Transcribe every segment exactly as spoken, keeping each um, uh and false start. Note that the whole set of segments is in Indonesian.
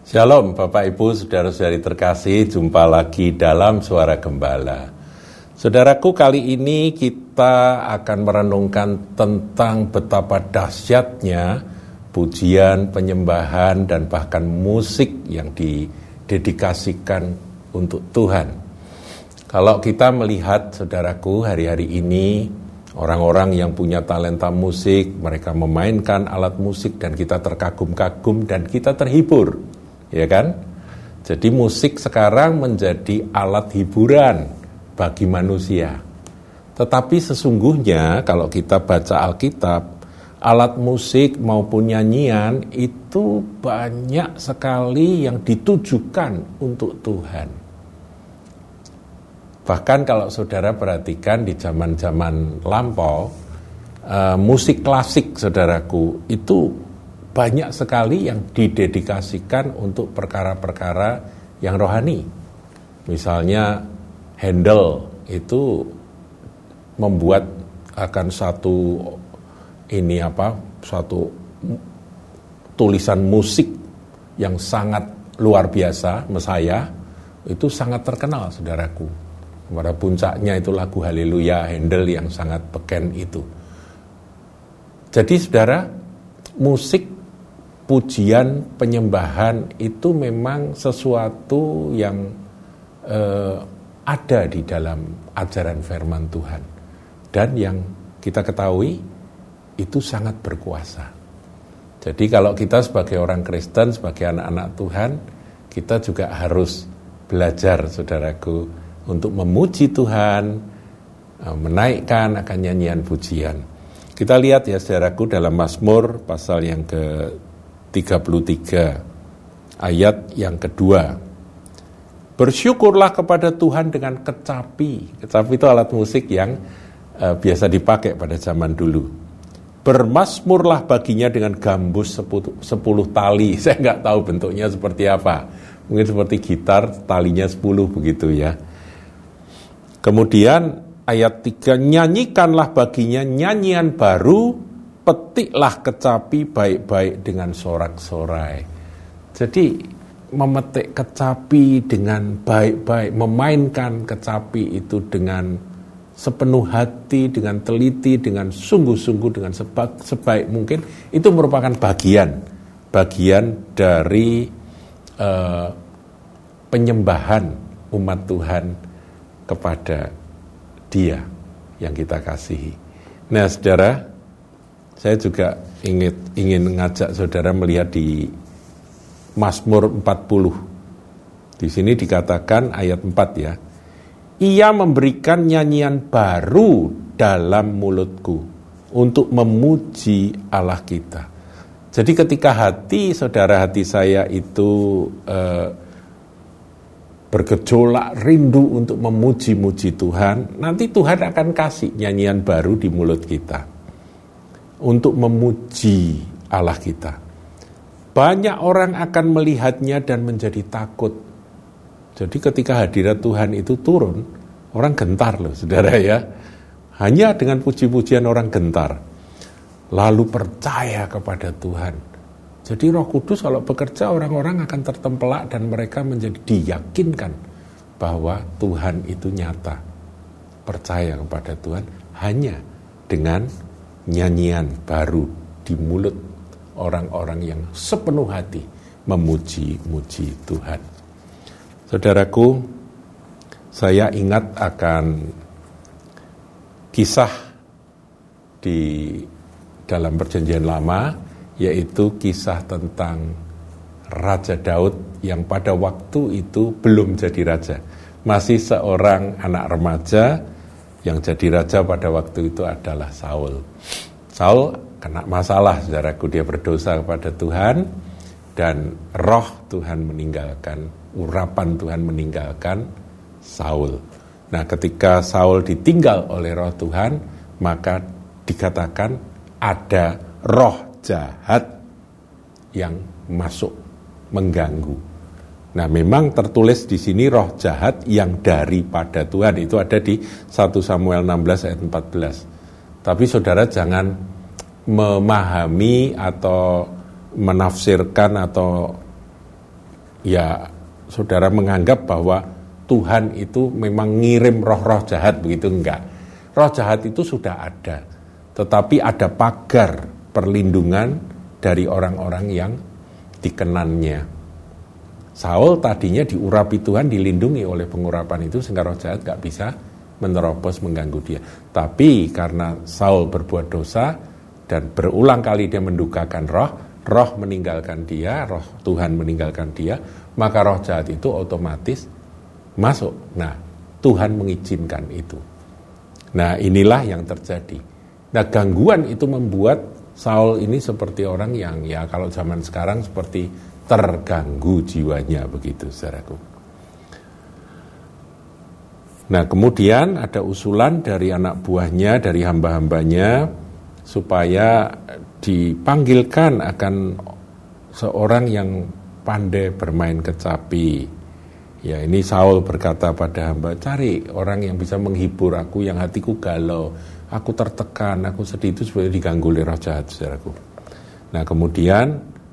Shalom Bapak Ibu, Saudara-saudari terkasih, jumpa lagi dalam Suara Gembala. Saudaraku, kali ini kita akan merenungkan tentang betapa dahsyatnya pujian, penyembahan, dan bahkan musik yang didedikasikan untuk Tuhan. Kalau kita melihat, saudaraku, hari-hari ini orang-orang yang punya talenta musik, mereka memainkan alat musik dan kita terkagum-kagum dan kita terhibur. Ya kan? Jadi musik sekarang menjadi alat hiburan bagi manusia. Tetapi sesungguhnya kalau kita baca Alkitab, alat musik maupun nyanyian itu banyak sekali yang ditujukan untuk Tuhan. Bahkan kalau saudara perhatikan di zaman-zaman lampau, uh, musik klasik saudaraku itu banyak sekali yang didedikasikan untuk perkara-perkara yang rohani. Misalnya Handel itu membuat akan satu ini apa, satu tulisan musik yang sangat luar biasa, Mesaya, itu sangat terkenal, saudaraku. Pada puncaknya itu lagu Haleluya Handel yang sangat beken itu. Jadi saudara, musik, pujian, penyembahan itu memang sesuatu yang eh, ada di dalam ajaran firman Tuhan. Dan yang kita ketahui itu sangat berkuasa. Jadi kalau kita sebagai orang Kristen, sebagai anak-anak Tuhan, kita juga harus belajar, saudaraku, untuk memuji Tuhan, menaikkan akan nyanyian pujian. Kita lihat ya saudaraku dalam Mazmur pasal yang ke tiga puluh tiga ayat yang kedua. Bersyukurlah kepada Tuhan dengan kecapi. Kecapi itu alat musik yang uh, biasa dipakai pada zaman dulu. Bermazmurlah baginya dengan gambus sepuluh, sepuluh tali. Saya nggak tahu bentuknya seperti apa. Mungkin seperti gitar, talinya sepuluh begitu ya. Kemudian ayat tiga, nyanyikanlah baginya nyanyian baru, petiklah kecapi baik-baik dengan sorak-sorai. Jadi memetik kecapi dengan baik-baik, memainkan kecapi itu dengan sepenuh hati, dengan teliti, dengan sungguh-sungguh, dengan sebaik, sebaik mungkin, itu merupakan bagian, bagian dari uh, penyembahan umat Tuhan kepada Dia yang kita kasihi. Nah, saudara, saya juga ingin, ingin mengajak saudara melihat di Mazmur empat puluh. Di sini dikatakan ayat empat ya. Ia memberikan nyanyian baru dalam mulutku untuk memuji Allah kita. Jadi ketika hati saudara, hati saya itu eh, bergejolak rindu untuk memuji-muji Tuhan, nanti Tuhan akan kasih nyanyian baru di mulut kita untuk memuji Allah kita. Banyak orang akan melihatnya dan menjadi takut. Jadi ketika hadirat Tuhan itu turun, orang gentar loh saudara ya. Hanya dengan puji-pujian orang gentar. Lalu percaya kepada Tuhan. Jadi Roh Kudus kalau bekerja, orang-orang akan tertempelak dan mereka menjadi diyakinkan bahwa Tuhan itu nyata. Percaya kepada Tuhan hanya dengan nyanyian baru di mulut orang-orang yang sepenuh hati memuji-muji Tuhan. Saudaraku, saya ingat akan kisah di dalam Perjanjian Lama, yaitu kisah tentang Raja Daud yang pada waktu itu belum jadi raja. Masih seorang anak remaja. Yang jadi raja pada waktu itu adalah Saul. Saul kena masalah, saudaraku, dia berdosa kepada Tuhan dan roh Tuhan meninggalkan, urapan Tuhan meninggalkan Saul. Nah, ketika Saul ditinggal oleh roh Tuhan, maka dikatakan ada roh jahat yang masuk mengganggu. Nah, memang tertulis di sini roh jahat yang daripada Tuhan. Itu ada di satu Samuel enam belas ayat empat belas. Tapi saudara jangan memahami atau menafsirkan atau ya saudara menganggap bahwa Tuhan itu memang ngirim roh-roh jahat, begitu enggak. Roh jahat itu sudah ada, tetapi ada pagar perlindungan dari orang-orang yang dikenannya. Saul tadinya diurapi Tuhan, dilindungi oleh pengurapan itu sehingga roh jahat enggak bisa menerobos mengganggu dia. Tapi karena Saul berbuat dosa dan berulang kali dia mendukakan roh, roh meninggalkan dia, roh Tuhan meninggalkan dia, maka roh jahat itu otomatis masuk. Nah, Tuhan mengizinkan itu. Nah, inilah yang terjadi. Nah, gangguan itu membuat Saul ini seperti orang yang ya kalau zaman sekarang seperti terganggu jiwanya, begitu saudaraku. Nah, kemudian ada usulan dari anak buahnya, dari hamba-hambanya, supaya dipanggilkan akan seorang yang pandai bermain kecapi. Ya, ini Saul berkata pada hamba, cari orang yang bisa menghibur aku, yang hatiku galau, aku tertekan, aku sedih, itu sebenarnya diganggu oleh roh jahat, saudaraku. Nah, kemudian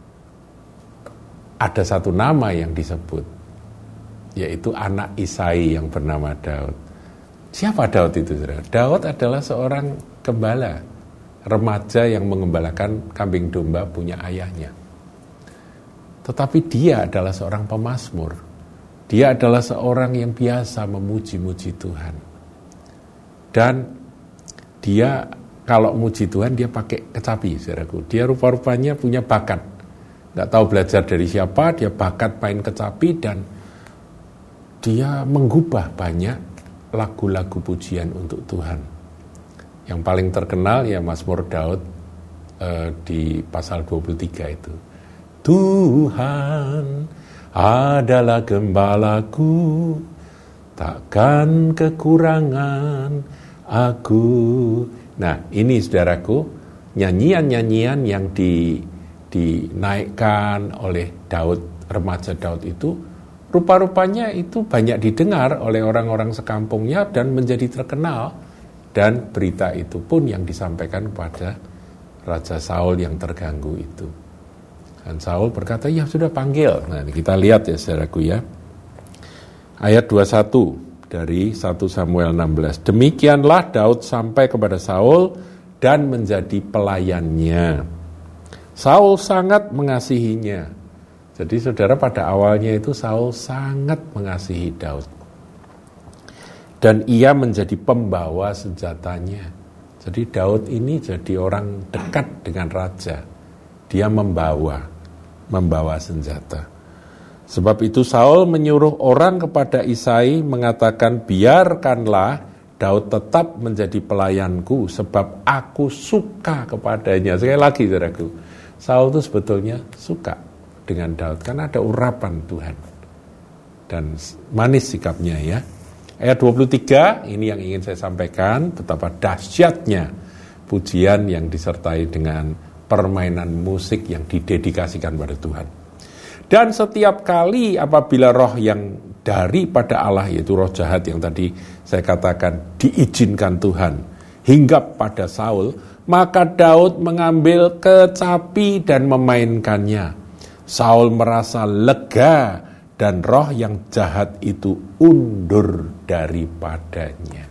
ada satu nama yang disebut, yaitu anak Isai yang bernama Daud. Siapa Daud itu, saudara? Daud adalah seorang gembala, remaja yang mengembalakan kambing domba punya ayahnya. Tetapi dia adalah seorang pemazmur. Dia adalah seorang yang biasa memuji-muji Tuhan. Dan dia kalau muji Tuhan dia pakai kecapi, saudaraku. Dia rupa-rupanya punya bakat. Nggak tahu belajar dari siapa, dia bakat main kecapi dan dia menggubah banyak lagu-lagu pujian untuk Tuhan. Yang paling terkenal ya Mazmur Daud eh, di pasal dua puluh tiga itu. Tuhan adalah gembalaku, takkan kekurangan aku. Nah, ini saudaraku, nyanyian-nyanyian yang di, dinaikkan oleh Daud, remaja Daud itu, rupa-rupanya itu banyak didengar oleh orang-orang sekampungnya dan menjadi terkenal. Dan berita itu pun yang disampaikan kepada Raja Saul yang terganggu itu. Dan Saul berkata, ya sudah panggil. Nah, kita lihat ya saudaraku ya. Ayat dua puluh satu dari satu Samuel enam belas. Demikianlah Daud sampai kepada Saul dan menjadi pelayannya. Saul sangat mengasihinya. Jadi saudara, pada awalnya itu Saul sangat mengasihi Daud. Dan ia menjadi pembawa senjatanya. Jadi Daud ini jadi orang dekat dengan raja. Dia membawa, membawa senjata. Sebab itu Saul menyuruh orang kepada Isai mengatakan, biarkanlah Daud tetap menjadi pelayanku sebab aku suka kepadanya. Sekali lagi saudaraku, Saul itu sebetulnya suka dengan Daud karena ada urapan Tuhan. Dan manis sikapnya ya. Ayat dua puluh tiga, ini yang ingin saya sampaikan, betapa dahsyatnya pujian yang disertai dengan permainan musik yang didedikasikan pada Tuhan. Dan setiap kali apabila roh yang daripada Allah, yaitu roh jahat yang tadi saya katakan diizinkan Tuhan hinggap pada Saul, maka Daud mengambil kecapi dan memainkannya. Saul merasa lega dan roh yang jahat itu undur daripadanya.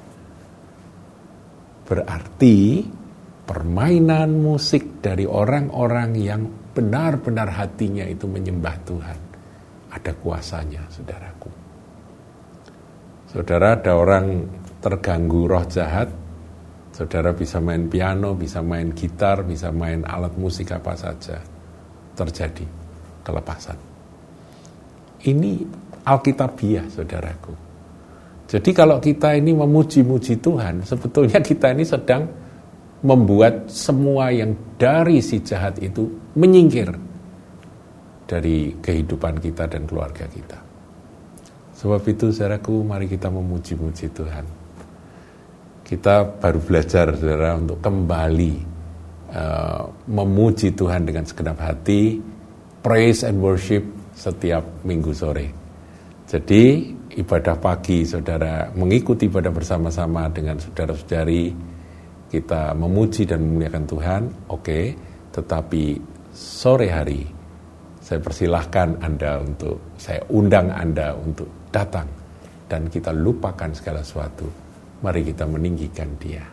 Berarti permainan musik dari orang-orang yang benar-benar hatinya itu menyembah Tuhan ada kuasanya, saudaraku. Saudara, ada orang terganggu roh jahat, saudara bisa main piano, bisa main gitar, bisa main alat musik apa saja, terjadi kelepasan. Ini alkitabiah, saudaraku. Jadi kalau kita ini memuji-muji Tuhan, sebetulnya kita ini sedang membuat semua yang dari si jahat itu menyingkir dari kehidupan kita dan keluarga kita. Sebab itu saudaraku, mari kita memuji-muji Tuhan. Kita baru belajar saudara untuk kembali uh, memuji Tuhan dengan segenap hati, praise and worship setiap minggu sore. Jadi ibadah pagi saudara mengikuti ibadah bersama-sama dengan saudara-saudari, kita memuji dan memuliakan Tuhan, oke, okay, tetapi sore hari Saya persilahkan Anda untuk, saya undang Anda untuk datang. Dan kita lupakan segala sesuatu. Mari kita meninggikan Dia.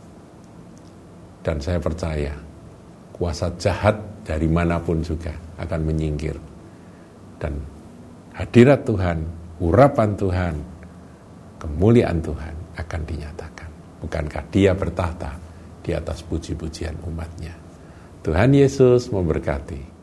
Dan saya percaya, kuasa jahat dari manapun juga akan menyingkir. Dan hadirat Tuhan, urapan Tuhan, kemuliaan Tuhan akan dinyatakan. Bukankah Dia bertahta di atas puji-pujian umatnya? Tuhan Yesus memberkati.